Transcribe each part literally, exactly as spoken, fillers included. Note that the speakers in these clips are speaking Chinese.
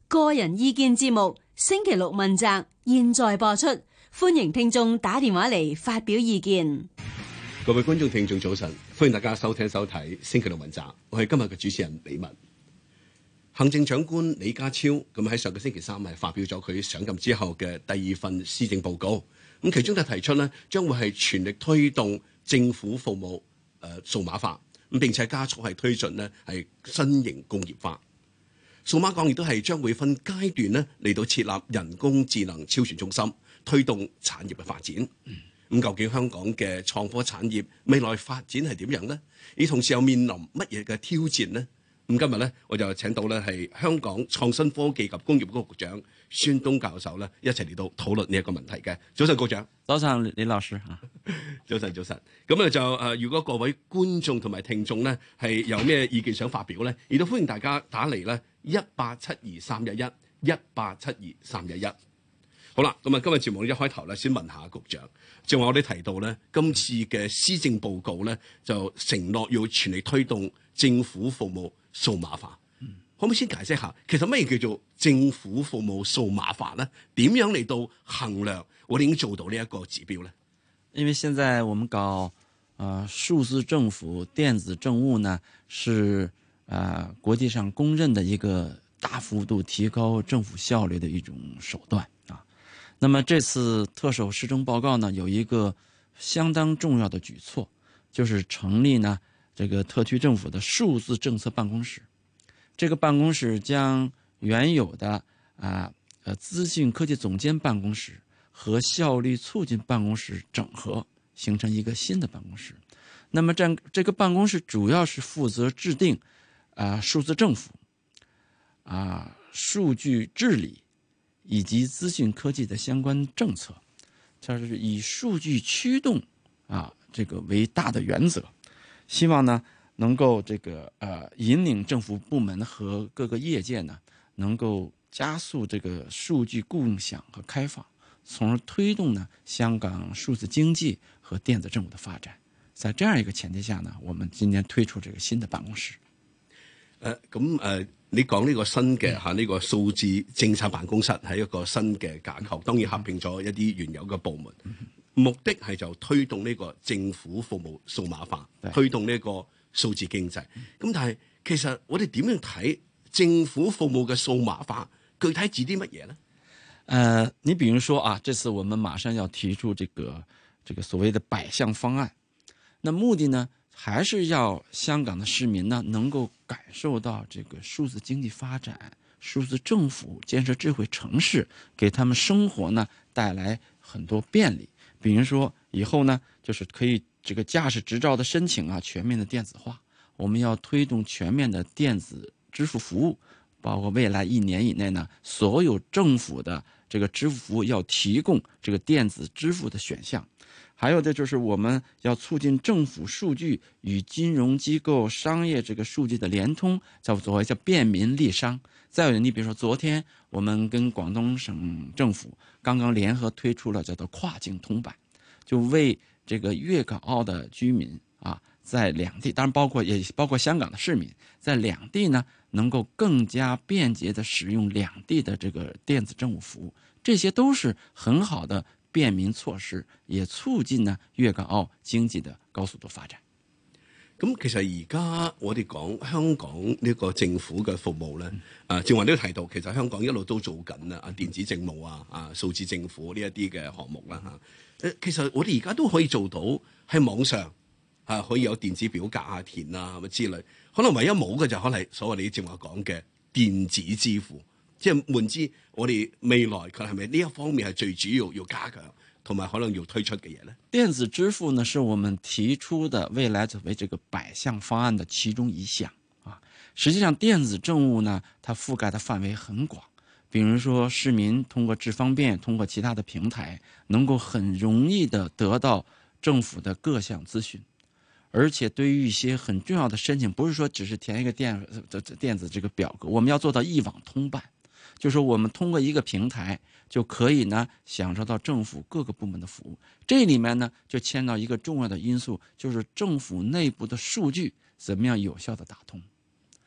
個人意見節目星期六問責，現在播出，歡迎聽眾打電話嚟發表意見。 各位觀眾聽眾早晨，歡迎大家收聽收睇星期六問責，我係今日嘅主持人李文。行政長官李家超咁喺上個星期三係發表咗佢上任之後嘅第二份施政報告，咁其中就提出咧，將會係全力推動政府服務誒數碼化，咁並且加速係推進咧係新型工業化。數碼港亦都係將會分階段咧嚟到設立人工智能超算中心，推動產業嘅發展。咁、嗯、究竟香港嘅創科產業未來發展係點樣呢？而同時又面臨乜嘢嘅挑戰呢？咁今日咧，我就請到咧係香港創新科技及工業局局長孫東教授咧，一齊嚟到討論呢一個問題嘅。早晨，局長。 早晨，李老師。 早晨，早晨。咁啊就誒、呃，如果各位觀眾同埋聽眾咧係有咩意見想發表咧，亦都歡迎大家打嚟咧一八七二三一一一八七二三一一。好啦，咁啊今日節目一開頭咧，先問下局長，正話我哋提到咧，今次嘅施政報告咧就承諾要全力推動政府服務數碼化，嗯、可唔可以先解釋下，其實乜嘢叫做政府服務數碼化呢？點樣嚟到衡量我哋已經做到呢一個指標呢？ 因為現在我們搞呃數字政府、電子政務呢，是呃國際上公認的一個大幅度提高政府效率的一種手段啊。那麼這次特首施政報告呢，有一個相當重要的舉措，就是成立呢這個特區政府的數字政策辦公室。這個辦公室將原有的啊呃資訊科技總監辦公室和效率促進辦公室整合，形成一個新的辦公室。那麼這這個辦公室主要是負責制定啊數字政府啊數據治理以及資訊科技的相關政策，它是以數據驅動啊這個為大的原則，希望呢能夠這個呃引領政府部門和各個業界呢能夠加速這個數據共享和開放，從而推動呢香港數字經濟和電子政務的發展。在這樣一個前提下呢，我們今年推出這個新的辦公室。 誒咁誒，你講呢個新嘅嚇呢個數字政策辦公室係一個新嘅架構，當然合併咗一啲原有嘅部門，嗯、目的係就推動呢個政府服務數碼化，推動呢個數字經濟。咁、嗯、但係其實我哋點樣睇政府服務嘅數碼化？具體指啲乜嘢呢？ 呃，你比如說啊，這次我們馬上要提出這個這個所謂的百項方案，那目的呢，還是要香港的市民呢能夠感受到這個數字經濟發展、數字政府建設智慧城市，給他們生活呢帶來很多便利。比如說以後呢，就是可以這個駕駛執照的申請啊，全面的電子化。我們要推動全面的電子支付服務，包括未來一年以內呢，所有政府的這個支付服務要提供這個電子支付的選項。還有的就是我們要促進政府數據與金融機構、商業這個數據的聯通，叫做叫便民利商。再有，你比如說昨天我們跟廣東省政府剛剛聯合推出了叫做跨境通辦，就為這個粵港澳的居民啊，在兩地，當然包括也包括香港的市民，在兩地呢能夠更加便捷地使用兩地的這個電子政務服務，這些都是很好的便民措施，也促進呢粵港澳經濟的高速度發展。 咁其實而家我哋講香港呢個政府嘅服務咧，啊正話都提到，其實香港一路都做緊啊電子政務啊啊數字政府呢一啲嘅項目啦嚇。誒其實我哋而家都可以做到喺網上啊可以有電子表格啊填啊咁之類，可能唯一冇嘅就可能係所謂你正話講嘅電子支付。即係換之，我哋未來佢係咪呢一方面係最主要要加強，同埋可能要推出嘅嘢呢？ 電子支付呢，是我們提出的未來作為這個百項方案的其中一項啊。實際上，電子政務呢，它覆蓋的範圍很廣。比如說，市民通過智方便，通過其他的平台，能夠很容易的得到政府的各項資訊。而且對於一些很重要的申請，不是說只是填一個電電子這個表格，我們要做到一網通辦。就是說我們通過一個平台就可以呢享受到政府各個部門的服務。這裏面呢就牽到一個重要的因素，就是政府內部的數據怎麼樣有效的打通。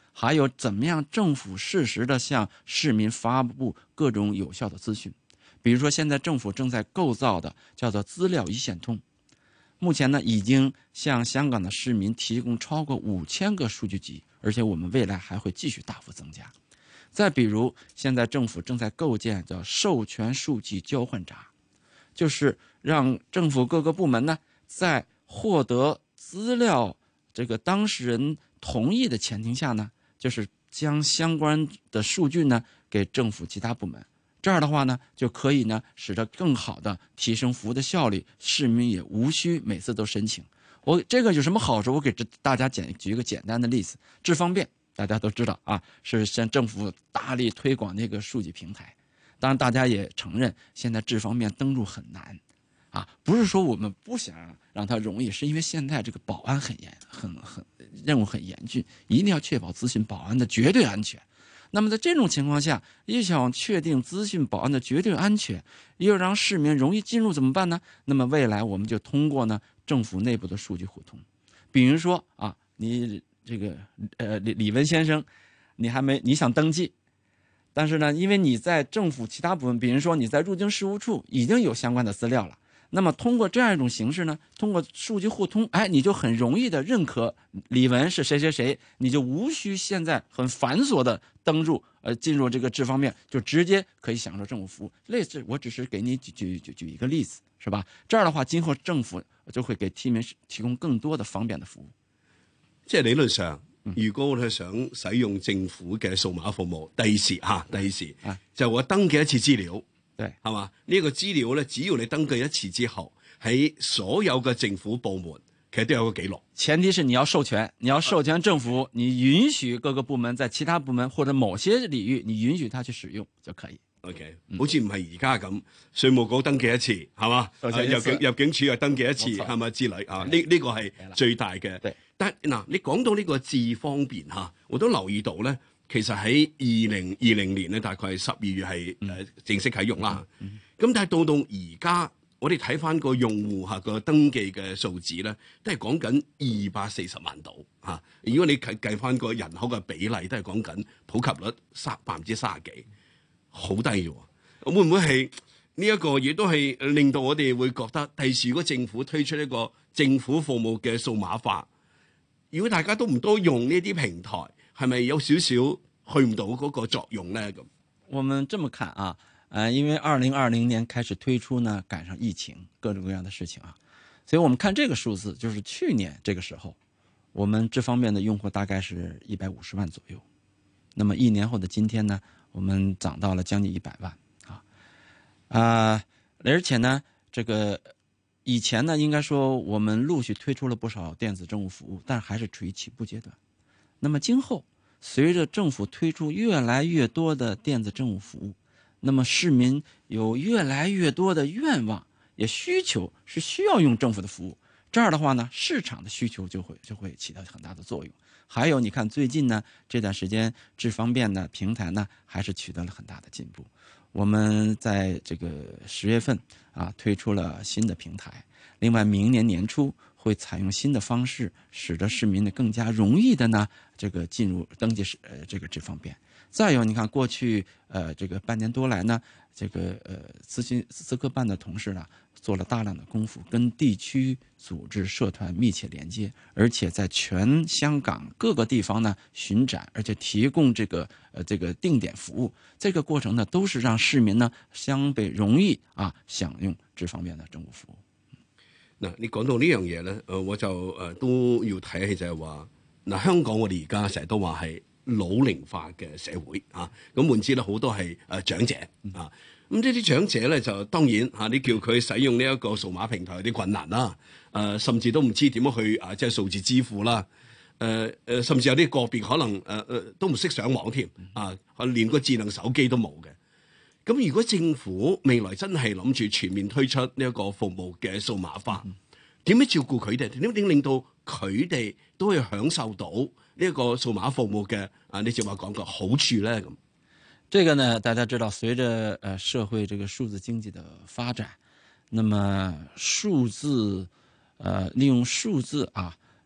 还有怎么样政府适时的向市民发布各种有效的资讯。比如说现在政府正在构造的叫做资料一线通，目前呢已经向香港的市民提供超过五千个数据集，而且我们未来还会继续大幅增加。再比如现在政府正在构建叫授权数据交换闸，就是让政府各个部门呢在获得资料这个当事人同意的前提下呢，就是将相关的数据呢给政府其他部门，这样的话呢就可以呢使得更好的提升服务的效率，市民也无需每次都申请。我这个有什么好处？我给大家简举一个简单的例子，智方便大家都知道啊，是向政府大力推广那个数据平台。当然大家也承认现在智方便登录很难啊，不是说我们不想让它容易，是因为现在这个保安很严很很任务很严峻，一定要确保资讯保安的绝对安全。那么在这种情况下，又想确定资讯保安的绝对安全，又让市民容易进入怎么办呢？那么未来我们就通过呢政府内部的数据互通。比如说啊，你这个呃李李文先生，你还没你想登记，但是呢因为你在政府其他部门，比如说你在入境事务处已经有相关的资料了，那么通过这样一种形式呢，通过数据互通，哎，你就很容易的认可李文是谁谁谁，你就无需现在很繁琐的登入，呃，进入这个智方便，就直接可以享受政府服务。类似，我只是给你举举举举一个例子，是吧？这样的话，今后政府就会给市民提供更多的方便的服务。 即係理論上，如果我哋想使用政府嘅數碼服務，第時嚇，第時就我登記一次資料。 對， 係嘛？呢、這個資料咧，只要你登記一次之後，喺所有嘅政府部門其實都有個記錄。 前提是你要授權，你要授權政府，你允許各個部門在其他部門或者某些領域，你允許他去使用就可以。 OK，、嗯、好似唔係而家咁，稅務局登記一次係嘛？入境入境處又登記一次係咪之類啊？呢呢、這個係最大嘅。但嗱，你講到呢個智方便嚇，我都留意到咧。其實喺二零二零年咧，大概係十二月係誒正式啟用啦。咁、嗯嗯、但係到到而家，我哋睇翻個用戶嚇個登記嘅數字咧，都係講緊二百四十萬度嚇。如果你計計翻個人口嘅比例，都係講緊普及率三百分之三十幾，好低嘅喎。會唔會係呢一個亦都係令到我哋會覺得，第時如果政府推出一個政府服務嘅數碼化，如果大家都唔多用呢啲平台，係咪有少少去唔到嗰個作用呢？咁我們這麼看啊，呃，因為二零二零年開始推出呢，趕上疫情，各種各樣的事情啊，所以我們看這個數字，就是去年這個時候，我們這方面的用戶大概是一百五十萬左右。那麼一年後的今天呢，我們漲到了將近一百萬啊，啊，而且呢，這個以前呢，應該說我們陸續推出了不少電子政務服務，但還是處於起步階段。那麼今後隨着政府推出越來越多的電子政務服務，那麼市民有越來越多的願望，也需求是需要用政府的服務。這樣的話呢，市場的需求就會就會起到很大的作用。還有，你看最近呢這段時間，智方便的平台呢還是取得了很大的進步。我們在這個十月份啊推出了新的平台，另外明年年初會採用新的方式，使得市民呢更加容易的呢這個進入登記呃這個智方便。再有，你看過去呃這個半年多來呢，這個呃資訊資科辦的同事呢做了大量的功夫，跟地區組織社團密切連接，而且在全香港各個地方呢巡展，而且提供這個呃這個定點服務。這個過程呢都是讓市民呢相對容易啊享用智方便的政務服務。 嗱，你講到呢樣嘢咧，誒我就誒、呃、都要睇起就係話，嗱香港我哋而家成日都話係老齡化嘅社會啊，咁換之咧好多係誒長者啊，咁呢啲長者咧就當然嚇、啊，你叫佢使用呢一個數碼平台有啲困難啦，誒、啊、甚至都唔知點樣去啊即係數字支付啦，誒、啊、誒甚至有啲個別可能誒誒、啊、都唔識上網添啊，連個智能手機都冇嘅。咁如果政府未來真係諗住全面推出呢一個服務嘅數碼化，點樣照顧佢哋？點點令到佢哋都可以享受到呢一個數碼服務嘅啊？你正話講個好處咧咁。 這個呢，大家知道，隨着呃社會這個數字經濟的發展，那麼數字呃利用數字啊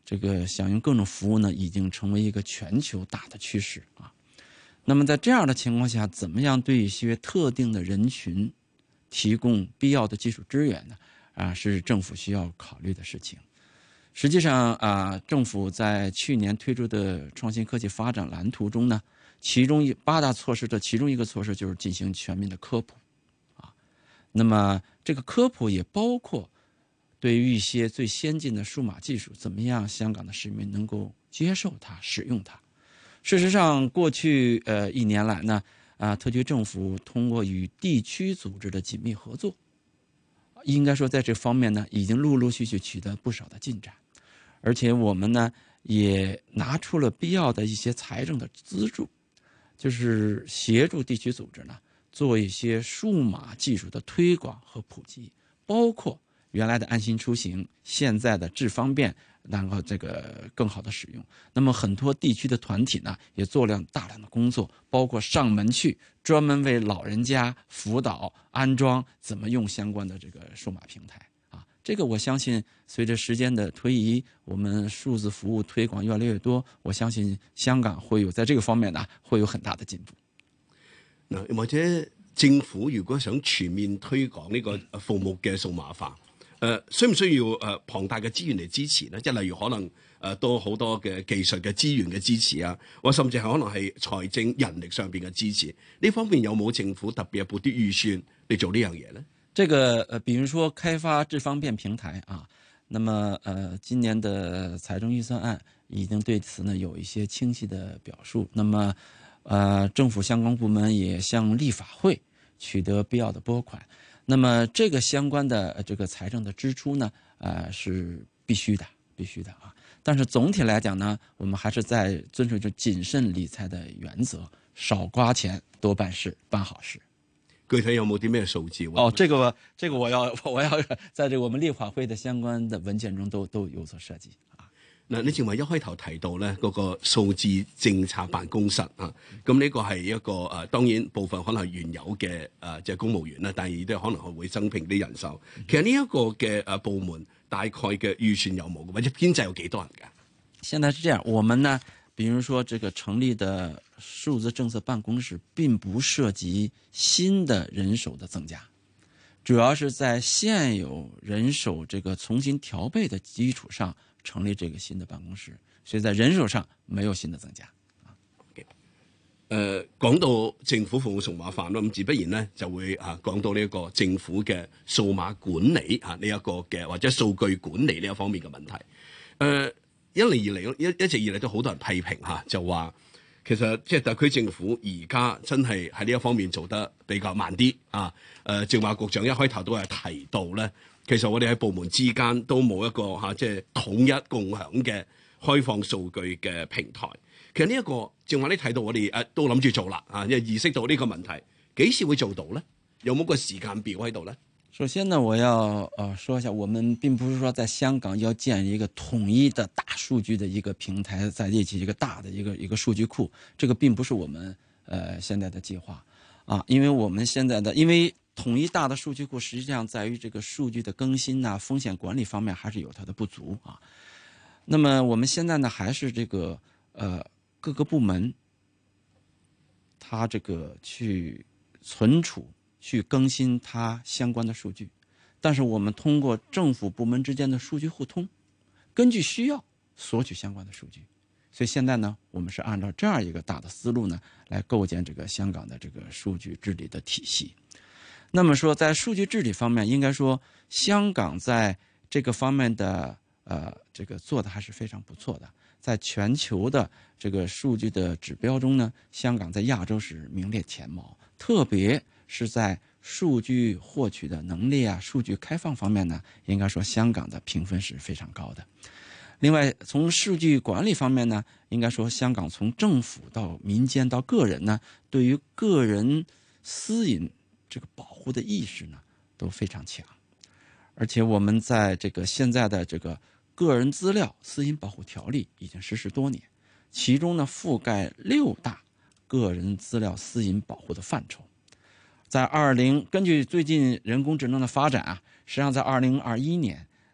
这个响应各种服务呢，已经成为一个全球大的趋势啊。那么在这样的情况下，怎么样对一些特定的人群提供必要的技术支援呢？啊，是政府需要考虑的事情。实际上啊，政府在去年推出的创新科技发展蓝图中呢，其中一八大措施的其中一个措施就是进行全民的科普啊。那么这个科普也包括对于一些最先进的数码技术，怎么样香港的市民能够接受它、使用它。事实上，过去呃一年来呢，啊，特区政府通过与地区组织的紧密合作，应该说在这方面呢，已经陆陆续续取得不少的进展。而且我们呢也拿出了必要的一些财政的资助，就是协助地区组织呢做一些数码技术的推广和普及，包括原来的安心出行，现在的智方便，然后这个更好的使用。那么很多地区的团体呢也做了大量的工作，包括上门去专门为老人家辅导安装怎么用相关的这个数码平台。这个我相信，随着时间的推移，我们数字服务推广越来越多，我相信香港會有在這個方面呢，會有很大的進步。 嗱，或者政府如果想全面推廣呢個服務嘅數碼化，誒需唔需要誒龐大嘅資源嚟支持呢？即係例如可能誒多好多嘅技術嘅資源嘅支持啊，或甚至係可能係財政人力上邊嘅支持，呢方面有冇政府特別撥啲預算嚟做呢樣嘢呢？ 這個呃，比如說開發智方便平台啊，那麼呃，今年的財政預算案已經對此呢有一些清晰的表述。那麼呃，政府相關部門也向立法會取得必要的撥款。那麼這個相關的這個財政的支出呢，呃，是必須的，必須的啊。但是總體來講呢，我們還是在遵守着謹慎理財的原則，少花錢，多辦事，辦好事。 具體有冇啲咩數字？ 哦，這個這個我要我要在這個我們立法會的相關的文件中都都有所涉及啊。 嗱，你正話一開頭提到咧嗰個數字政策辦公室啊，咁呢個係一個誒、啊，當然部分可能係原有嘅誒即係公務員啦，但係亦都可能係會增聘啲人手。其實呢一個嘅誒部門大概嘅預算有冇，或者編制有幾多人㗎？ 現在是這樣，我們呢，比如說這個成立的數字政策辦公室並不涉及新的人手的增加，主要是在現有人手這個重新調配的基礎上成立這個新的辦公室，所以在人手上沒有新的增加。 誒、呃，講到政府服務數碼化啦，咁自不然咧就會啊講到呢一個政府嘅數碼管理啊呢一個嘅或者數據管理呢一方面嘅問題。誒、呃，一嚟以嚟一一直以嚟都好多人批評嚇、啊，就話。其實即係特區政府而家真係喺呢一方面做得比較慢啲啊！誒，正話局長一開頭都係提到咧，其實我哋喺部門之間都冇一個嚇即係統一共享嘅開放數據嘅平台。其實呢、這、一個正話你睇到我哋誒都諗住做啦啊，因為意識到呢個問題幾時會做到咧？有冇個時間表喺度咧？ 首先呢，我要呃說一下，我們並不是說在香港要建一個統一的大數據的一個平台，在一起一個大的一個一個數據庫，這個並不是我們呃現在的計劃啊，因為我們現在的因為統一大的數據庫實際上在於這個數據的更新吶、風險管理方面還是有它的不足啊。那麼我們現在呢，還是這個呃各個部門，它這個去存儲。去更新它相關的數據，但是我們通過政府部門之間的數據互通，根據需要索取相關的數據。所以現在呢，我們是按照這樣一個大的思路呢，來構建這個香港的這個數據治理的體系。那麼說，在數據治理方面，應該說香港在這個方面的呃這個做的還是非常不錯的。在全球的這個數據的指標中呢，香港在亞洲是名列前茅，特別是在數據獲取的能力啊、數據開放方面呢，應該說香港的評分是非常高的。另外，從數據管理方面呢，應該說香港從政府到民間到個人呢，對於個人私隱這個保護的意識呢，都非常強。而且我們在這個現在的這個個人資料私隱保護條例已經實施多年，其中呢覆蓋六大個人資料私隱保護的範疇。在二零根據最近人工智能的發展啊，實際上在二零二一年，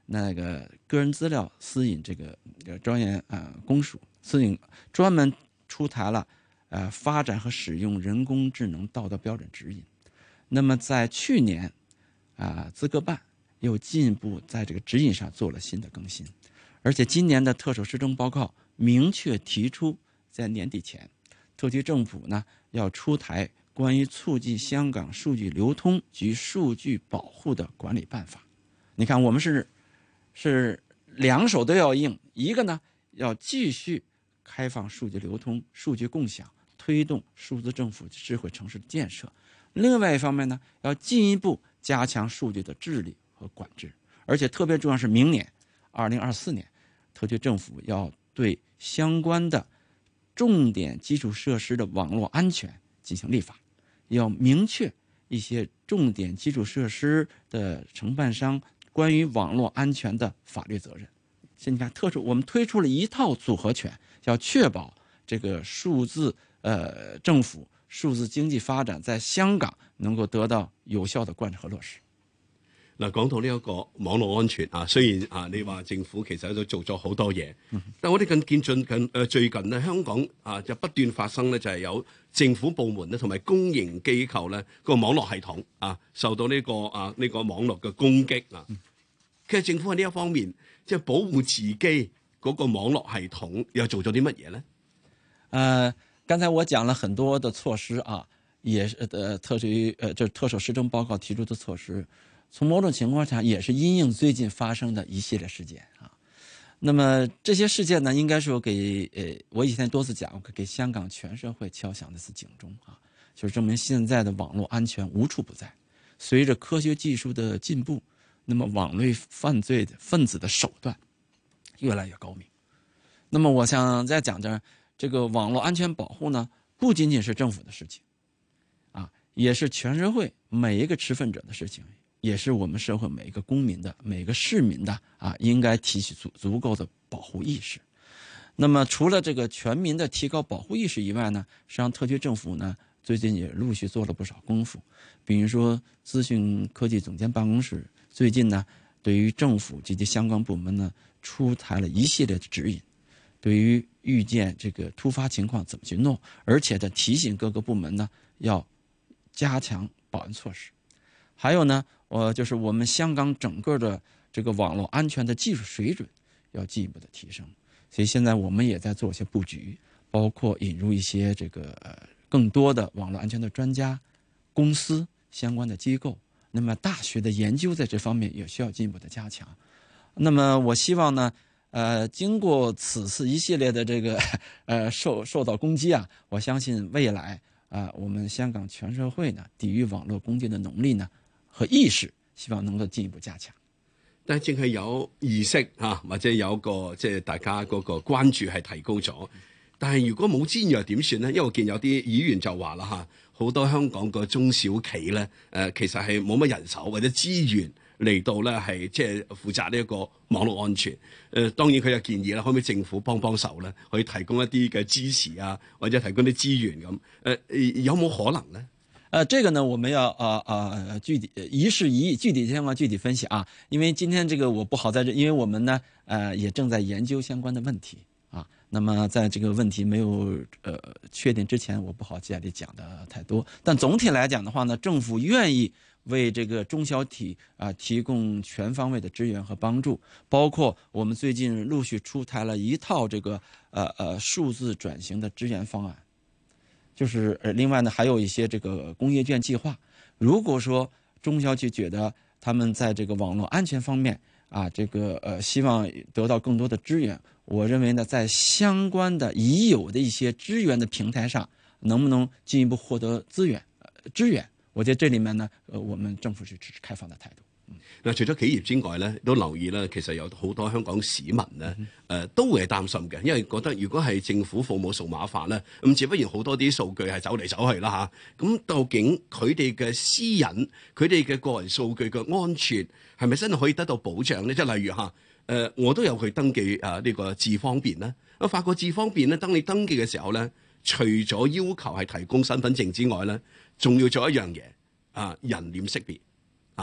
那个个人资料私隐这个专员呃公署私隐专门出台了呃发展和使用人工智能道德标准指引。那么在去年啊、呃，资科办又进一步在这个指引上做了新的更新，而且今年的特首施政报告明确提出，在年底前，特区政府呢要出台关于促进香港数据流通及数据保护的管理办法。你看，我们是是两手都要硬，一个呢要继续开放数据流通、数据共享，推动数字政府智慧城市的建设；另外一方面呢，要进一步加强数据的治理和管制。而且特别重要是，明年二零二四年，特区政府要对相关的重点基础设施的网络安全进行立法，要明确一些重点基础设施的承办商关于网络安全的法律责任。现在特殊，我们推出了一套组合拳，要确保这个数字呃政府、数字经济发展在香港能夠得到有效的貫徹和落實。 嗱，講到呢一個網絡安全啊，雖然啊你話政府其實都做咗好多嘢，嗯、但我哋更見進近誒最近咧，香港啊就不斷發生咧，就係有政府部門咧同埋公營機構咧個網絡系統啊受到呢、呢個啊呢、呢個網絡嘅攻擊啊。其實政府喺呢一方面，即係保護自己嗰個網絡系統，又做咗啲乜嘢咧？ 呃，剛才我講了很多的措施啊，也是呃特區呃這特首施政報告提出的措施。從某種情況下也是因應最近發生的一系列事件啊，那麼這些事件呢，應該說給呃，我以前多次講，給香港全社會敲響的是警鐘啊，就是證明現在的網絡安全無處不在。隨着科學技術的進步，那麼網絡犯罪的分子的手段越來越高明。那麼我想再講講這個網絡安全保護呢，不僅僅是政府的事情啊，也是全社會每一個持份者的事情。也是我們社會每一個公民的、每個市民的啊，應該提起足足夠的保護意識。那麼除了這個全民的提高保護意識以外呢，實際上特區政府呢最近也陸續做了不少功夫。比如說資訊科技總監辦公室最近呢，對於政府及其相關部門呢出台了一系列的指引，對於遇見這個突發情況怎麼去弄，而且呢提醒各個部門呢要加強保安措施。還有呢，呃，就是我們香港整個的這個網絡安全的技術水準要進一步的提升，所以現在我們也在做一些布局，包括引入一些這個呃更多的網絡安全的專家、公司相關的機構，那麼大學的研究在這方面也需要進一步的加強。那麼我希望呢，呃，經過此次一系列的這個呃受受到攻擊啊，我相信未來啊、呃，我們香港全社會呢抵禦網絡攻擊的能力呢和意識，希望能夠進一步加強。 但係淨係有意識啊，或者有個即係大家嗰個關注係提高咗。但係如果冇資源又點算咧？因為我見有啲議員就話啦嚇，好多香港個中小企咧，誒、呃、其實係冇乜人手或者資源嚟到咧係即係負責呢一個網絡安全。誒、呃、當然佢有建議啦，可唔可以政府幫幫手咧，可以提供一啲嘅支持啊，或者提供啲資源咁？誒、呃、有冇可能咧？ 呃，這個呢，我們要啊啊、呃、具體一事一議，具體情況具體分析啊。因為今天這個我不好在這，因為我們呢，呃，也正在研究相關的問題啊。那麼在這個問題沒有呃確定之前，我不好在這裡講的太多。但總體來講的話呢，政府願意為這個中小體啊、呃、提供全方位的支援和幫助，包括我們最近陸續出台了一套這個呃呃數字轉型的支援方案。就是呃，另外呢，還有一些這個工業券計劃。如果說中小企覺得他們在這個網絡安全方面啊，這個呃，希望得到更多的支援，我認為呢，在相關的已有的一些支援的平台上，能不能進一步獲得資源、呃、支援？我覺得這裡面呢，呃，我們政府是持開放的態度。 嗱，除咗企業之外咧，都留意咧，其實有好多香港市民咧，誒、呃、都會係擔心嘅，因為覺得如果係政府服務數碼化咧，咁自不然好多啲數據係走嚟走去啦嚇。咁究竟佢哋嘅私隱、佢哋嘅個人數據嘅安全係咪真係可以得到保障咧？即係例如嚇，誒、呃、我都有去登記啊呢、這個智方便咧，我發覺智方便咧，當你登記嘅時候咧，除咗要求係提供身份證之外咧，仲要做一樣嘢啊，人臉識別啊。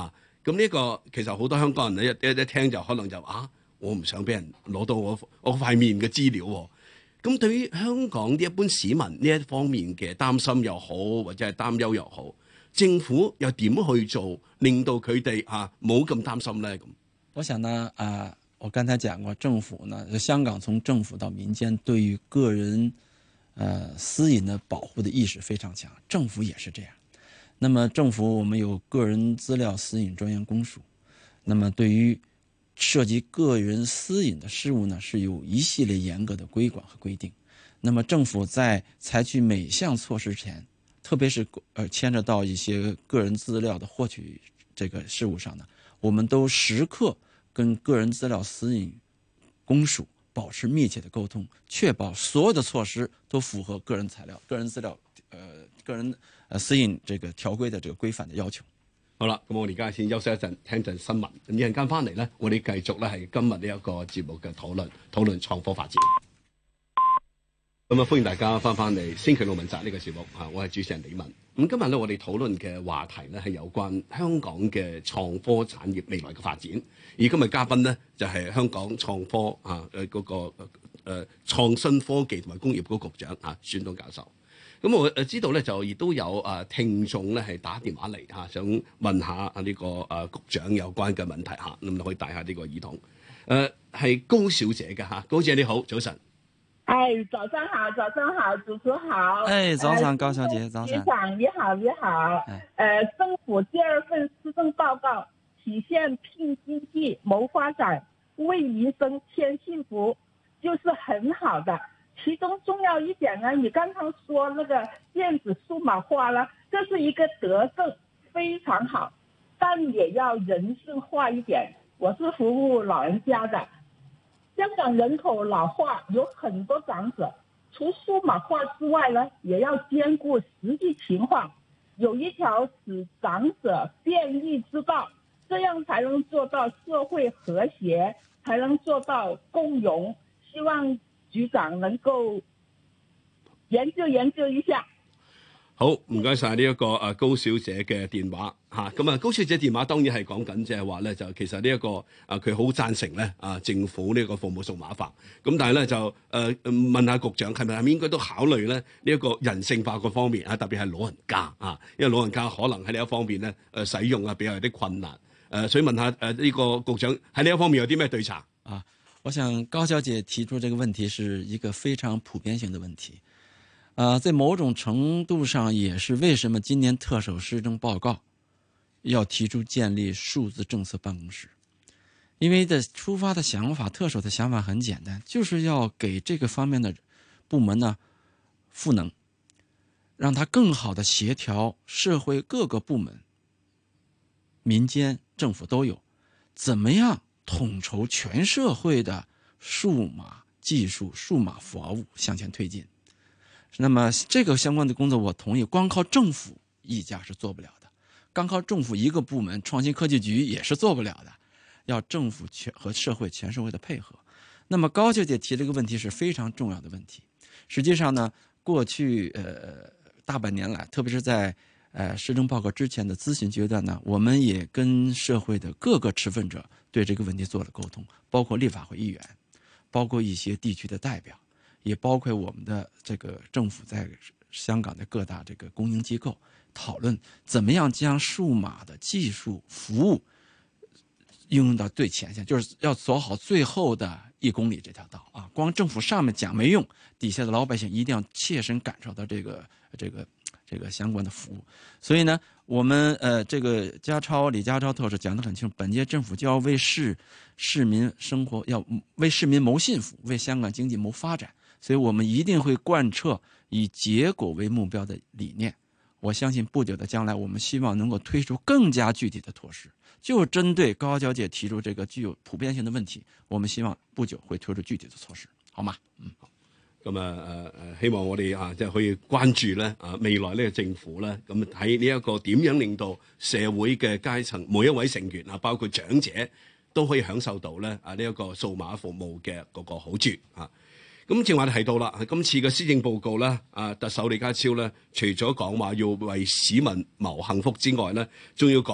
咁呢個其實好多香港人咧一一一聽就可能就啊，我唔想俾人攞到我我塊面嘅資料喎。咁對於香港啲一般市民呢一方面嘅擔心又好，或者係擔憂又好，政府又點去做，令到佢哋啊冇咁擔心咧？咁我想呢，啊、呃，我剛才講過，政府呢，香港從政府到民間對於個人，呃，私隱的保護的意識非常強，政府也是這樣。那麼政府我們有個人資料私隱專員公署，那麼對於涉及個人私隱的事務呢，是有一系列嚴格的規管和規定。那麼政府在採取每項措施前，特別是呃牽扯到一些個人資料的獲取這個事務上呢，我們都時刻跟個人資料私隱公署保持密切的溝通，確保所有的措施都符合個人材料、個人資料呃個人呃私隱這個條規的這個規範的要求。 好啦，咁我哋而家先休息一陣，聽陣新聞。咁一陣間翻嚟咧，我哋繼續咧係今日呢一個節目嘅討論，討論創科發展。咁啊，歡迎大家翻翻嚟星期六問責呢個節目啊，我係主持人李文。咁今日咧，我哋討論嘅話題咧係有關香港嘅創科產業未來嘅發展。而今日嘉賓咧就係、是、香港創科啊誒嗰個誒、呃、創新科技同埋工業局局長啊孫東教授。咁我誒知道咧，就亦都有誒聽眾咧係打電話嚟嚇，想問下啊呢個誒局長有關嘅問題嚇，咁可以帶下呢個耳筒。誒、呃、係高小姐嘅嚇，高姐你好，早晨。 哎，早上好，早上好，主持好。 哎，早上， 呃、 高小姐，早上。 局長你好，你好。 哎、 呃，政府第二份施政報告體現拼經濟、謀發展、為民生添幸福，就是很好的。其中重要一點呢，你剛才說那個電子數碼化呢，這是一個德政，非常好，但也要人性化一點。我是服務老人家的，香港人口老化有很多長者，除數碼化之外呢，也要兼顧實際情況，有一條使長者便利之道，這樣才能做到社會和諧，才能做到共融。希望局長能夠研究研究一下。 好，唔該晒呢一個誒高小姐嘅電話嚇。咁啊，高小姐電話當然係講緊即係話咧，就其實呢、這、一個啊佢好贊成咧啊政府呢個服務數碼化。咁但係咧就誒、呃、問下局長係咪係咪應該都考慮咧呢一個人性化個方面啊，特別係老人家啊，因為老人家可能喺呢一方面咧誒使用啊比較有啲困難。誒、呃，所以問下誒呢、呃這個局長喺呢一方面有啲咩對策啊？我想高小姐提出這個問題是一個非常普遍性的問題，呃，在某種程度上也是為什麼今年特首施政報告要提出建立數字政策辦公室，因為的出發的想法，特首的想法很簡單，就是要給這個方面的部門呢賦能，讓它更好的協調社會各個部門、民間、政府都有，怎麼樣統籌全社會的數碼技術、數碼服務向前推進。那麼這個相關的工作我同意，光靠政府一家是做不了的，光靠政府一個部門創新科技局也是做不了的，要政府全和社會全社會的配合。那麼高小姐提這個問題是非常重要的問題。實際上呢，過去呃大半年來，特別是在呃施政報告之前的諮詢階段呢，我們也跟社會的各個持份者對這個問題做了溝通，包括立法會議員，包括一些地區的代表，也包括我們的這個政府在香港的各大這個公營機構，討論怎麼樣將數碼的技術服務應用到最前線，就是要走好最後的一公里這條道啊！光政府上面講沒用，底下的老百姓一定要切身感受到這個這個這個相關的服務。所以呢，我們呃這個家超李家超特首講得很清楚，本屆政府就要為市市民生活，要為市民謀幸福，為香港經濟謀發展。所以我們一定會貫徹以結果為目標的理念。我相信不久的將來，我們希望能夠推出更加具體的措施，就針對高小姐提出這個具有普遍性的問題，我們希望不久會推出具體的措施，好嗎？嗯， 咁啊誒誒，希望我哋啊即係可以關注咧啊未來呢個政府咧，咁喺呢一個點樣令到社會嘅階層每一位成員啊，包括長者都可以享受到咧啊呢一個數碼服務嘅嗰個好處啊。咁正話提到啦，今次嘅施政報告咧，啊特首李家超咧，除咗講話要為市民謀幸福之外咧，仲要講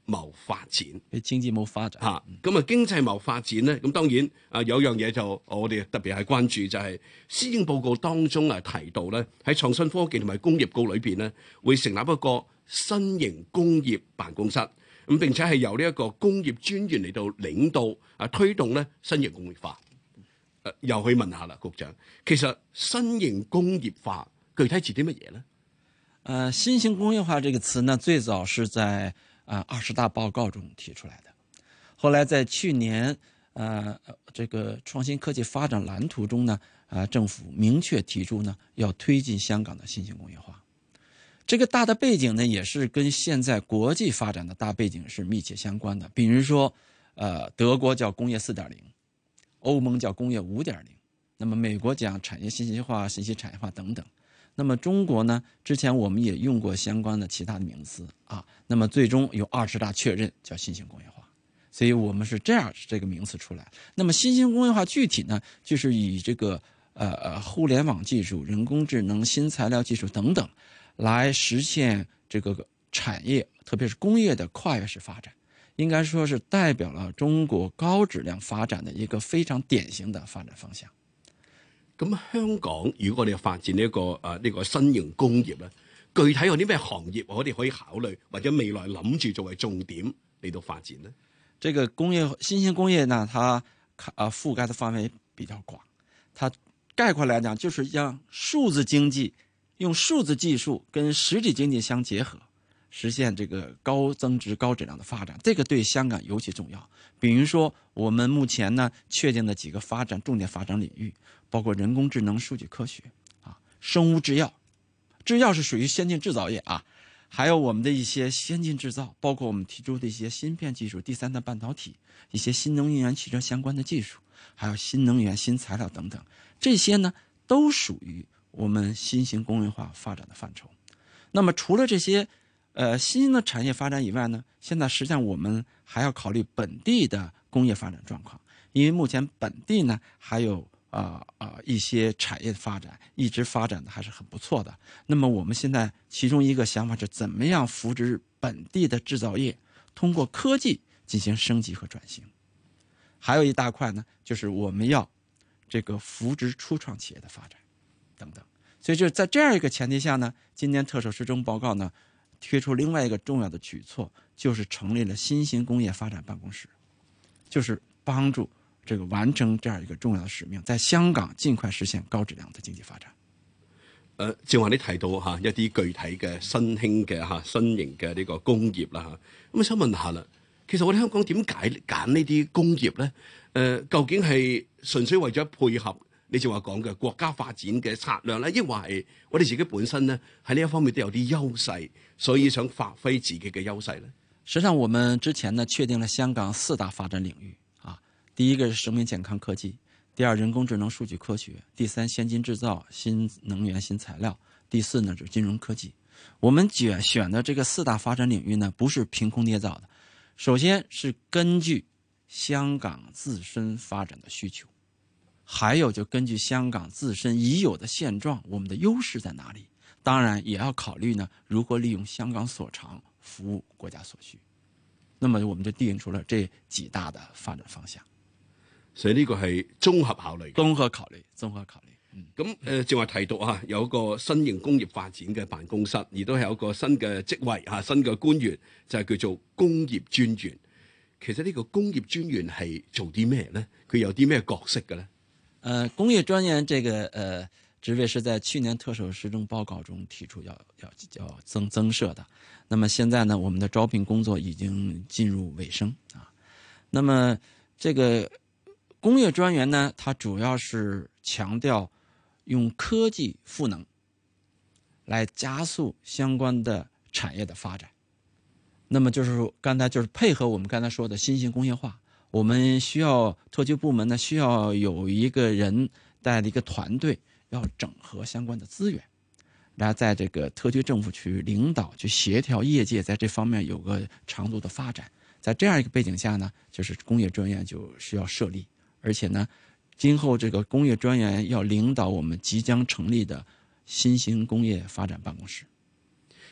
貿發展。 為經濟謀發展嚇，咁啊經濟貿發展咧，咁當然啊有樣嘢就我哋特別係關注就係施政報告當中啊提到咧，喺創新科技同埋工業局裏邊咧會成立一個新型工業辦公室，咁並且係由呢一個工業專員嚟到領導啊推動咧新型工業化。誒、啊、又可以問下啦，局長，其實新型工業化具體指啲乜嘢咧？ 呃，新型工業化這個詞呢，最早是在啊二十大報告中提出來的，後來在去年呃這個創新科技發展藍圖中呢，啊、呃、政府明確提出呢要推進香港的新型工業化。這個大的背景呢，也是跟現在國際發展的大背景是密切相關的。比如說，呃德國叫工業四點零，歐盟叫工業五點零，那麼美國講產業信息化、信息產業化等等。那麼中國呢，之前我們也用過相關的其他的名詞啊，那麼最終由二十大確認叫新型工業化，所以我們是這樣這個名詞出來。那麼新型工業化具體呢，就是以這個呃呃互聯網技術、人工智能、新材料技術等等，來實現這個產業，特別是工業的跨越式發展，應該說是代表了中國高質量發展的一個非常典型的發展方向。 咁香港如果我哋發展呢、這、一個誒呢、啊這個新型工業咧，具體有啲咩行業我哋可以考慮，或者未來諗住作為重點嚟到發展呢？ 這個工業新型工業呢，它啊覆蓋的範圍比較廣，它概括來講就是讓數字經濟用數字技術跟實體經濟相結合，實現這個高增值、高質量的發展。這個對香港尤其重要。比如說，我們目前呢確定的幾個發展重點發展領域，包括人工智能、數據科學啊、生物製藥，製藥是屬於先進製造業啊，還有我們的一些先進製造，包括我們提出的一些芯片技術、第三代半導體、一些新能源汽車相關的技術，還有新能源、新材料等等，這些呢都屬於我們新型工業化發展的範疇。那麼除了這些呃新的產業發展以外呢，現在實際上我們還要考慮本地的工業發展狀況，因為目前本地呢還有啊啊、呃呃、一些產業的發展一直發展的還是很不錯的。那麼我們現在其中一個想法是怎麼樣扶植本地的製造業，通過科技進行升級和轉型。還有一大塊呢，就是我們要這個扶植初創企業的發展等等。所以就在這樣一個前提下呢，今年特首施政報告呢推出另外一個重要的舉措，就是成立了新型工業發展辦公室，就是幫助這個完成這樣一個重要的使命，在香港盡快實現高質量的經濟發展。 誒，正話你提到嚇一啲具體嘅新興嘅嚇新型嘅呢個工業啦嚇，咁我想問下啦，其實我哋香港點解揀呢啲工業咧？誒、呃，究竟係純粹為咗配合你正話講嘅國家發展嘅策略咧，抑或係我哋自己本身咧喺呢一方面都有啲優勢，所以想發揮自己嘅優勢咧？ 實際上，我們之前呢確定了香港四大發展領域啊，第一個是生命健康科技，第二人工智能數據科學，第三先進製造、新能源、新材料，第四呢就是金融科技。我們選選的這個四大發展領域呢，不是憑空捏造的，首先是根據香港自身發展的需求。還有就根據香港自身已有的現狀，我們的優勢在哪裡？當然也要考慮呢，如何利用香港所長服務國家所需。那麼我們就定出了這幾大的發展方向。 所以呢個係綜合考慮。 綜合考慮，綜合考慮。嗯， 咁誒，正話提到啊，有一個新型工業發展嘅辦公室，而都係有一個新嘅職位啊，新嘅官員就係叫做工業專員。其實呢個工業專員係做啲咩咧？佢有啲咩角色嘅咧？ 呃，工業專員這個呃職位是在去年特首施政報告中提出要要要增增設的。那麼現在呢，我們的招聘工作已經進入尾聲啊。那麼這個工業專員呢，它主要是強調用科技賦能，來加速相關的產業的發展。那麼就是剛才就是配合我們剛才說的新型工業化。我們需要特區部門呢，需要有一個人帶的一個團隊，要整合相關的資源，然後在這個特區政府去領導、去協調業界在這方面有個長足的發展。在這樣一個背景下呢，就是工業專員就需要設立，而且呢，今後這個工業專員要領導我們即將成立的新型工業發展辦公室。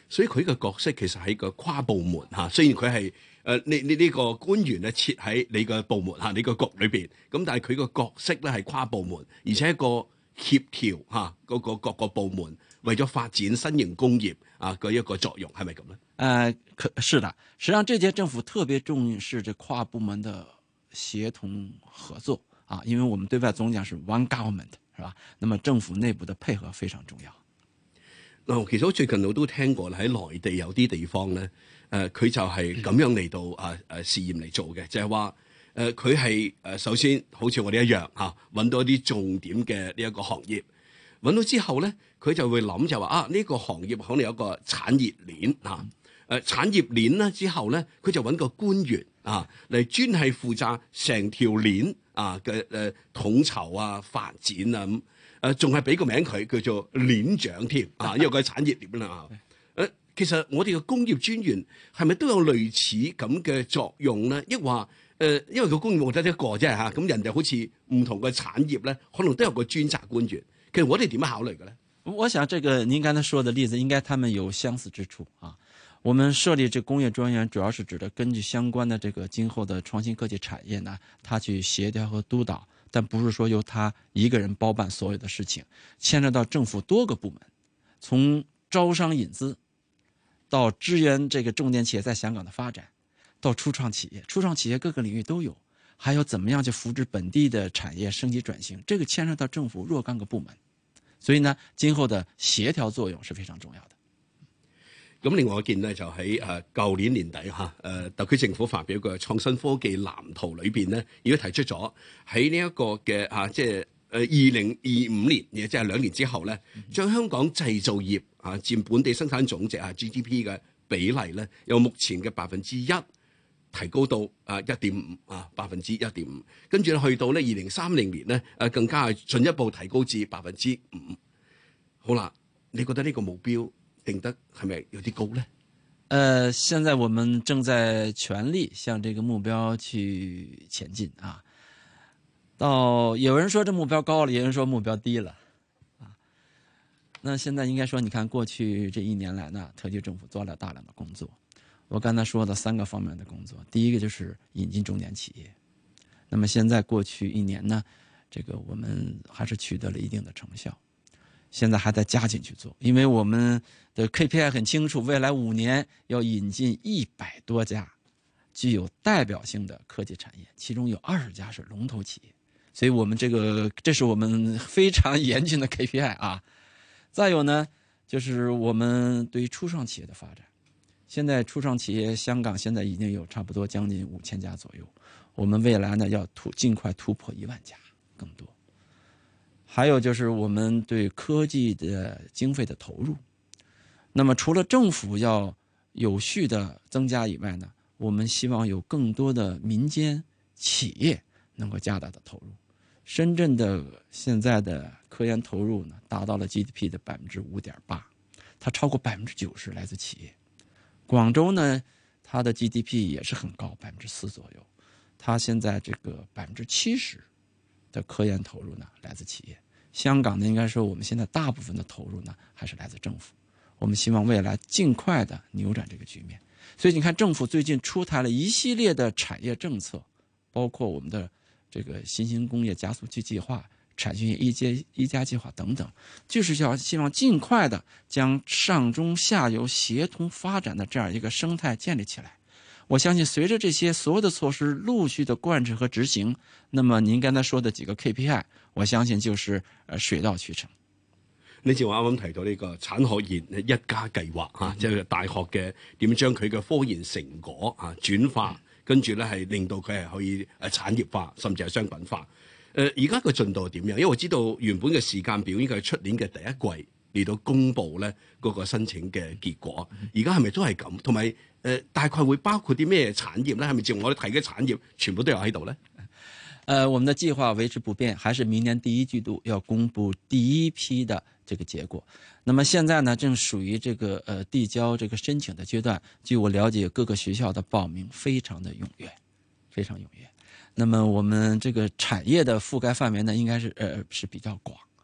所以佢嘅角色其實係一個跨部門嚇，雖然佢係誒你你呢個官員咧設喺你個部門嚇，你個局裏邊，咁但係佢個角色咧係跨部門，而且一個協調嚇嗰個各個部門為咗發展新型工業啊嘅一個作用，係咪咁咧？ 呃，可是的，實際上這屆政府特別重視這跨部門的協同合作啊，因為我們對外總講是 one government， 是吧？那麼政府內部的配合非常重要。 嗱，其實我最近我都聽過喺內地有啲地方咧，誒、呃、佢就係咁樣嚟到啊誒試驗嚟做嘅，就係話誒佢係誒首先好似我哋一樣嚇，揾、啊、到一啲重點嘅呢一個行業，揾到之後咧，佢就會諗就話啊呢、這個行業可能有個產業鏈嚇，誒、啊呃、產業鏈咧之後咧，佢就揾個官員啊嚟專係負責成條鏈啊嘅誒、呃、統籌啊發展啊咁。誒仲係俾個名佢叫做鏈長添啊，因為佢係產業鏈啦。誒其實我哋嘅工業專員係咪都有類似咁嘅作用咧？抑或誒，因為個工業冇得一個啫嚇，咁人哋好似唔同嘅產業咧，可能都有個專責官員。其實我哋點樣考慮嘅咧？ 我想這個您剛才說的例子，應該他們有相似之處啊。我們設立這工業專員，主要是指的根據相關的這個今後的創新科技產業呢，他去協調和督導。但不是說由他一個人包辦所有的事情，牽涉到政府多個部門，從招商引資到支援這個重點企業在香港的發展，到初創企業，初創企業各個領域都有，還有怎麼樣去扶持本地的產業升級轉型，這個牽涉到政府若干個部門，所以呢，今後的協調作用是非常重要的。 咁另外我見咧就喺誒舊年年底嚇誒、呃、特區政府發表嘅創新科技藍圖裏邊咧，已經提出咗喺呢一個嘅嚇即係誒二零二五年，亦即係兩年之後咧，將香港製造業啊佔本地生產總值啊 G D P 嘅比例咧，由目前嘅百分之一提高到啊一點五啊百分之一點五，跟住咧去到咧二零三零年咧誒更加係進一步提高至百分之五。好啦，你覺得呢個目標定得係咪有啲高呢？ 呃，現在我們正在全力向這個目標去前進啊。到有人說這目標高了，有人說目標低了啊。那現在應該說，你看過去這一年來呢，特區政府做了大量的工作。我剛才說的三個方面的工作，第一個就是引進重點企業。那麼現在過去一年呢，這個我們還是取得了一定的成效。現在還在加緊去做，因為我們的 K P I 很清楚，未來五年要引進一百多家具有代表性的科技產業，其中有二十家是龍頭企業，所以我們這個這是我們非常嚴峻的 K P I 啊。再有呢，就是我們對於初創企業的發展，現在初創企業香港現在已經有差不多將近五千家左右，我們未來呢要突盡快突破一萬家更多。還有就是我們對科技的經費的投入，那麼除了政府要有序的增加以外呢，我們希望有更多的民間企業能夠加大的投入。深圳的現在的科研投入呢，達到了 G D P 的百分之五點八，它超過百分之九十來自企業。廣州呢，它的 G D P 也是很高，百分之四左右，它現在這個百分之七十的科研投入呢來自企業。香港呢，應該說我們現在大部分的投入呢還是來自政府。我們希望未來盡快的扭轉這個局面。所以你看，政府最近出台了一系列的產業政策，包括我們的這個新興工業加速器計劃、產學研一加一加計劃等等，就是要希望盡快的將上中下游協同發展的這樣一個生態建立起來。我相信隨着這些所有的措施陸續的貫徹和執行，那麼您剛才說的幾個 K P I， 我相信就是呃水到渠成。 你正話啱啱提到呢個產學研一家計劃嚇，即係大學嘅點將佢嘅科研成果嚇轉化，跟住咧係令到佢係可以誒產業化，甚至係商品化。誒而家個進度點樣？因為我知道原本嘅時間表應該係出年嘅第一季嚟到公佈咧嗰個申請嘅結果。而家係咪都係咁？同埋誒大概會包括啲咩產業咧？係咪照我哋睇嘅產業全部都有喺度咧？ 呃，我們的計劃維持不變，還是明年第一季度要公布第一批的這個結果。那麼現在呢，正屬於這個呃遞交這個申請的階段。據我了解，各個學校的報名非常的踴躍，非常踴躍。那麼我們這個產業的覆蓋範圍呢，應該是呃是比較廣啊。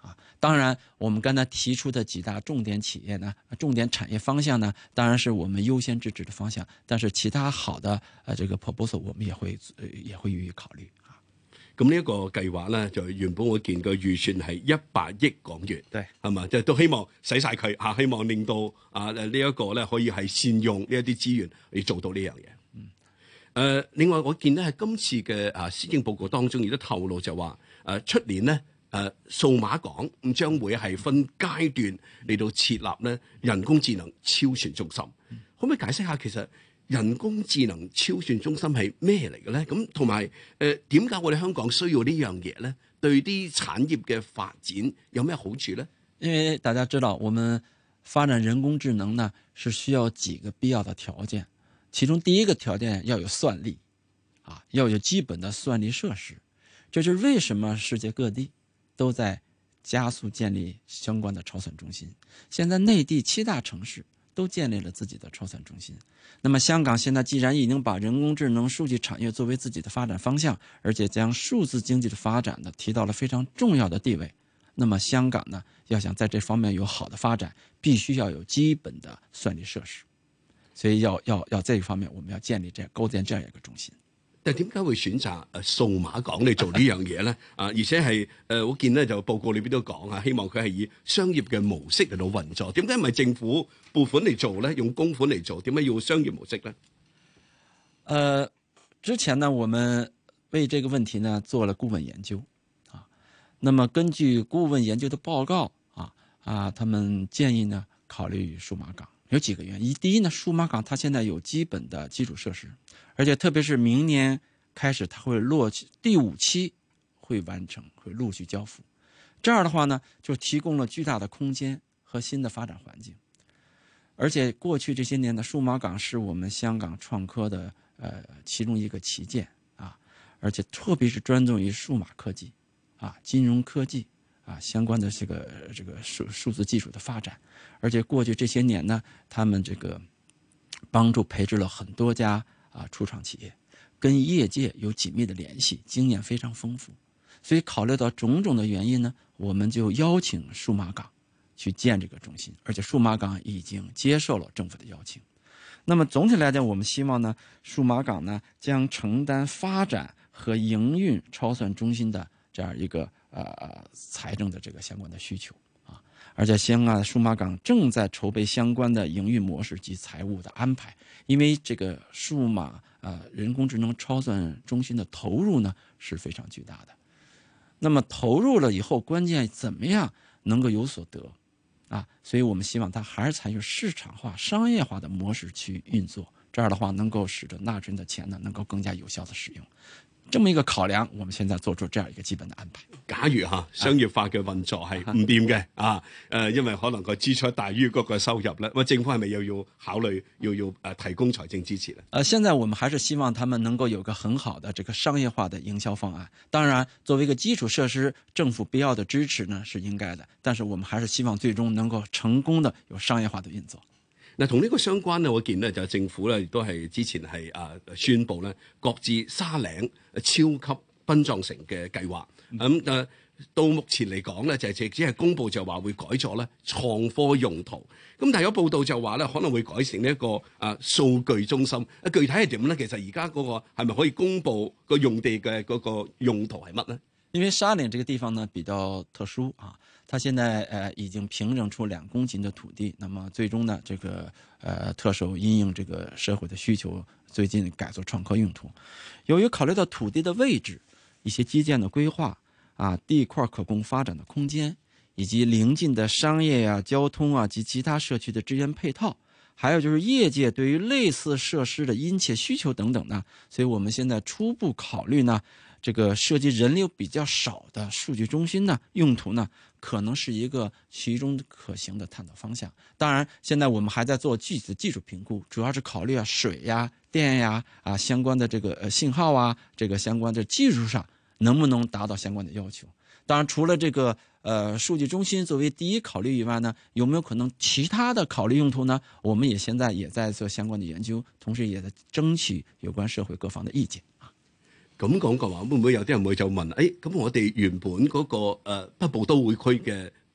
当然，我们刚才提出的几大重点企业呢，重点产业方向呢，当然是我们优先支持的方向。但是其他好的呃这个 proposal 我们也會、呃、也會予以考慮。 咁呢一個計劃咧，就原本我見個預算係一百億港元， 對， 係嘛？即係都希望使晒佢嚇，希望令到啊呢一個咧可以係善用呢一啲資源嚟做到呢樣嘢。嗯。誒、呃，另外我見咧喺今次嘅啊施政報告當中，亦都透露就話誒出年咧誒數碼港咁將會係分階段嚟到設立咧人工智能超算中心。嗯、可唔可以解釋下其實人工智能超算中心係咩嚟嘅咧？咁同埋誒點解我哋香港需要呢樣嘢咧？對啲產業嘅發展有咩好處咧？ 因為大家知道，我們發展人工智能呢，是需要幾個必要的條件。其中第一個條件要有算力，啊，要有基本的算力設施。這是為什麼世界各地都在加速建立相關的超算中心。現在內地七大城市都建立了自己的超算中心。那麼香港現在既然已經把人工智能數據產業作為自己的發展方向，而且將數字經濟的發展呢提到了非常重要的地位，那麼香港呢要想在這方面有好的發展，必須要有基本的算力設施。所以要要要這一方面，我們要建立這構建這樣一個中心。 但係點解會選擇誒數碼港嚟做呢樣嘢咧？啊，而且係誒、呃、我見咧就報告裏邊都講啊，希望佢係以商業嘅模式嚟到運作。點解唔係政府撥款嚟做咧？用公款嚟做？點解要商業模式咧？ 呃，之前呢，我們為這個問題呢做了顧問研究啊。那麼根據顧問研究的報告啊啊，他們建議呢考慮數碼港。有幾個原因。第一呢，數碼港它現在有基本的基礎設施，而且特別是明年開始，它會落第五期會完成，會陸續交付。這樣的話呢，就提供了巨大的空間和新的發展環境。而且過去這些年的數碼港是我們香港創科的呃其中一個旗艦啊，而且特別是專注於數碼科技啊、金融科技啊相關的這個這個數數字技術的發展。而且過去這些年呢，他們這個幫助培植了很多家啊初創企業，跟業界有緊密的聯繫，經驗非常豐富。所以考慮到種種的原因呢，我們就邀請數碼港去建這個中心，而且數碼港已經接受了政府的邀請。那麼總體來講，我們希望呢，數碼港呢將承擔發展和營運超算中心的這樣一個呃財政的這個相關的需求。而且香港數碼港正在籌備相關的營運模式及財務的安排，因為這個數碼呃人工智能超算中心的投入呢是非常巨大的。那麼投入了以後，關鍵怎麼樣能夠有所得啊？所以我們希望它還是採用市場化、商業化的模式去運作，這樣的話能夠使得納稅人的錢呢能夠更加有效的使用。這麼一個考量，我們現在做出這樣一個基本的安排。 假如嚇商業化嘅運作係唔掂嘅啊，誒，因為可能個支出大於嗰個收入咧，咁政府係咪又要考慮要要誒提供財政支持咧？ 呃，現在我們還是希望他們能夠有個很好的這個商業化的營銷方案。當然，作為一個基礎設施，政府必要的支持呢是應該的，但是我們還是希望最終能夠成功的有商業化的運作。 嗱，同呢個相關咧，我見咧就政府咧亦都係之前係啊宣布咧，擱置沙嶺超級殯葬城嘅計劃。咁誒、嗯、到目前嚟講咧，就係只係公佈就話會改咗咧創科用途。咁但係有報道就話咧可能會改成呢一個啊數據中心。啊，具體係點咧？其實而家嗰個係咪可以公佈個用地嘅嗰個用途係乜咧？ 因為沙嶺這個地方呢比較特殊啊，它現在呃已經平整出兩公頃的土地，那麼最終呢這個呃特首因應這個社會的需求，最近改作創科用途。由於考慮到土地的位置、一些基建的規劃啊、地塊可供發展的空間，以及鄰近的商業啊、交通啊及其他社區的資源配套，還有就是業界對於類似設施的殷切需求等等呢，所以我們現在初步考慮呢，這個涉及人流比較少的數據中心呢，用途呢，可能是一個其中可行的探討方向。當然，現在我們還在做具體的技術評估，主要是考慮啊水呀、電呀啊相關的這個呃信號啊，這個相關的技術上能不能達到相關的要求。當然，除了這個呃數據中心作為第一考慮以外呢，有沒有可能其他的考慮用途呢？我們也現在也在做相關的研究，同時也在爭取有關社會各方的意見。 咁講嘅話，會唔會有啲人會就問？誒、哎，咁我哋原本嗰、那個誒、呃、北部都會區嘅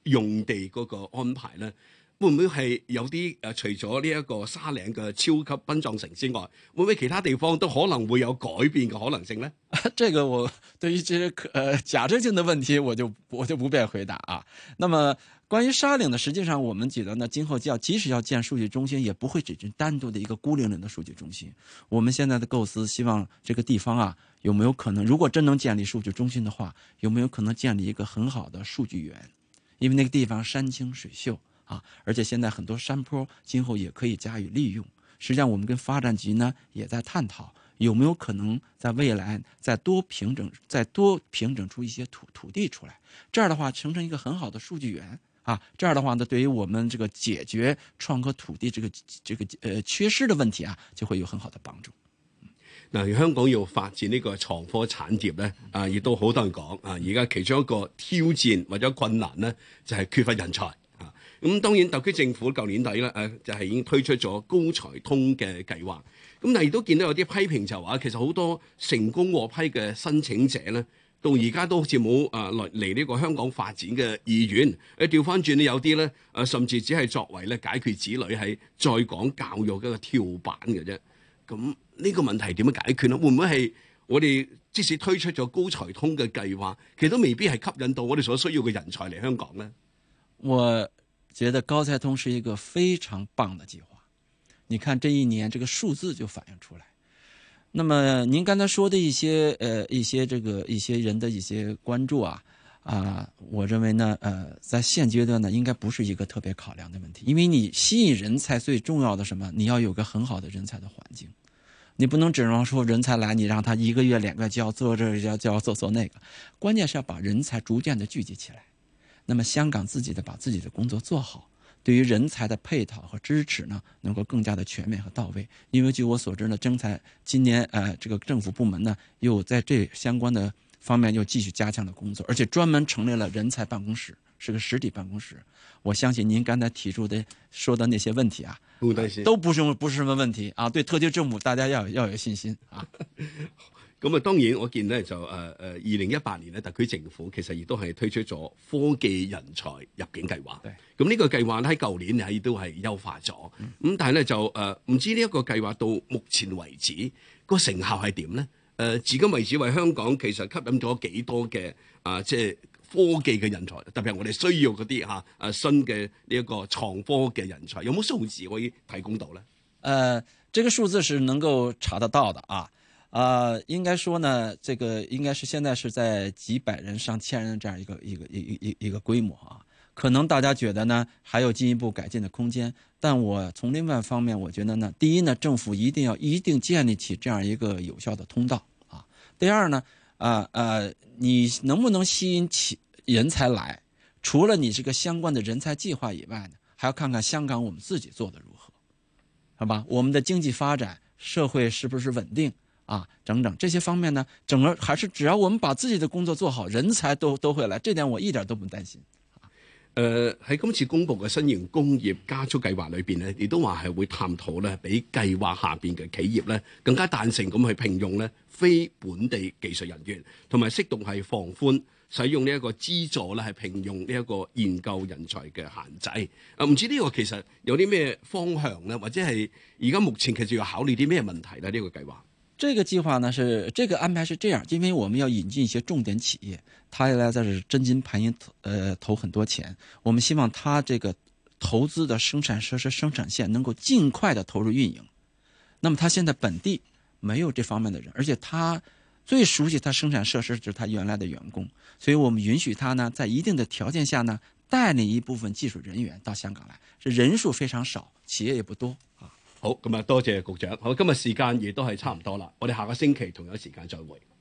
用地嗰個安排咧，會唔會係有啲誒、呃、除咗呢一個沙嶺嘅超級殯葬城之外，會唔會其他地方都可能會有改變嘅可能性咧？ 這個我對於這些呃假設性的問題，我就我就不便回答啊。那麼關於沙嶺呢，實際上我們覺得呢，今後要即使要建數據中心，也不會只是單獨的一個孤零零的數據中心。我們現在的構思，希望這個地方啊，有沒有可能，如果真能建立數據中心的話，有沒有可能建立一個很好的數據園？因為那個地方山清水秀啊，而且現在很多山坡今後也可以加以利用。實際上，我們跟發展局呢也在探討，有沒有可能在未來再多平整、再多平整出一些土土地出來，這樣的話形成一個很好的數據園啊。這樣的話呢，對於我們這個解決創科土地這個這個呃缺失的問題啊，就會有很好的幫助。 嗱，香港要發展呢個創科產業咧，啊，亦都好多人講啊，而家其中一個挑戰或者困難咧，就係缺乏人才啊。咁當然，特區政府舊年底咧，誒就係已經推出咗高才通嘅計劃。咁但係亦都見到有啲批評就話，其實好多成功獲批嘅申請者咧，到而家都好似冇啊嚟嚟呢個香港發展嘅意願。誒調翻轉咧，有啲咧誒甚至只係作為咧解決子女喺在港教育嘅一個跳板嘅啫。咁呢個問題點樣解決呢？會唔會係我哋即使推出咗高才通嘅計劃，其實都未必係吸引到我哋所需要嘅人才嚟香港呢？ 我覺得高才通是一個非常棒的計劃。你看這一年這個數字就反映出來。那麼您剛才說的一些呃一些這個一些人的一些關注啊啊、呃，我認為呢呃在現階段呢應該不是一個特別考量的問題，因為你吸引人才最重要的什麼？你要有個很好的人才的環境。你不能指望說人才來，你讓他一個月兩個月就要做這就要就要做做那個，關鍵是要把人才逐漸的聚集起來。那麼香港自己的把自己的工作做好，對於人才的配套和支持呢，能夠更加的全面和到位。因為據我所知呢，徵才今年呃這個政府部門呢又在這相關的方面又繼續加強了工作，而且專門成立了人才辦公室，是個實體辦公室。我相信您剛才提出的說的那些問題啊， 不擔心， 都不是不是什麼問題啊。對特區政府，大家要要有信心啊。 咁啊，當然我見咧就誒誒，二零一八年咧，特區政府其實亦都係推出咗科技人才入境計劃。咁呢個計劃咧喺舊年係都係優化咗。咁、嗯、但係咧就誒唔、呃、知呢一個計劃到目前為止個成效係點咧？誒、呃，至今為止為香港其實吸引咗幾多嘅啊、呃，即係科技嘅人才，特別係我哋需要嗰啲嚇誒新嘅呢一個創科嘅人才，有冇數字可以提供到咧？誒、 呃，這個數字是能夠查得到的啊。啊、呃，應該說呢，這個應該是現在是在幾百人、上千人這樣一個一個一一一個規模啊。可能大家覺得呢還有進一步改進的空間，但我從另外方面，我覺得呢，第一呢，政府一定要一定建立起這樣一個有效的通道啊。第二呢，啊、呃、呃，你能不能吸引起人才來？除了你這個相關的人才計劃以外呢，還要看看香港我們自己做得如何，好吧？我們的經濟發展、社會是不是穩定？啊，整整這些方面呢，整個還是只要我們把自己的工作做好，人才都都會來，這點我一點都不擔心。 誒喺今次公布嘅新型工業加速計劃裏邊咧，亦都話係會探討咧，俾計劃下邊嘅企業咧更加彈性咁去聘用咧非本地技術人員，同埋適度係放寬使用呢一個資助咧係聘用呢一個研究人才嘅限制。啊，唔知呢個其實有啲咩方向咧，或者係而家目前其實要考慮啲咩問題咧？呢、這個計劃。 這個計劃呢是這個安排是這樣，因為我們要引進一些重點企業，他來在這真金白銀投呃投很多錢，我們希望他這個投資的生產設施生產線能夠盡快的投入運營。那麼他現在本地沒有這方面的人，而且他最熟悉他生產設施就是他原來的員工，所以我們允許他呢在一定的條件下呢帶領一部分技術人員到香港來，這人數非常少，企業也不多啊。 好，咁啊，多謝局長。好，今日時間亦都係差唔多啦，我哋下個星期同樣時間再會。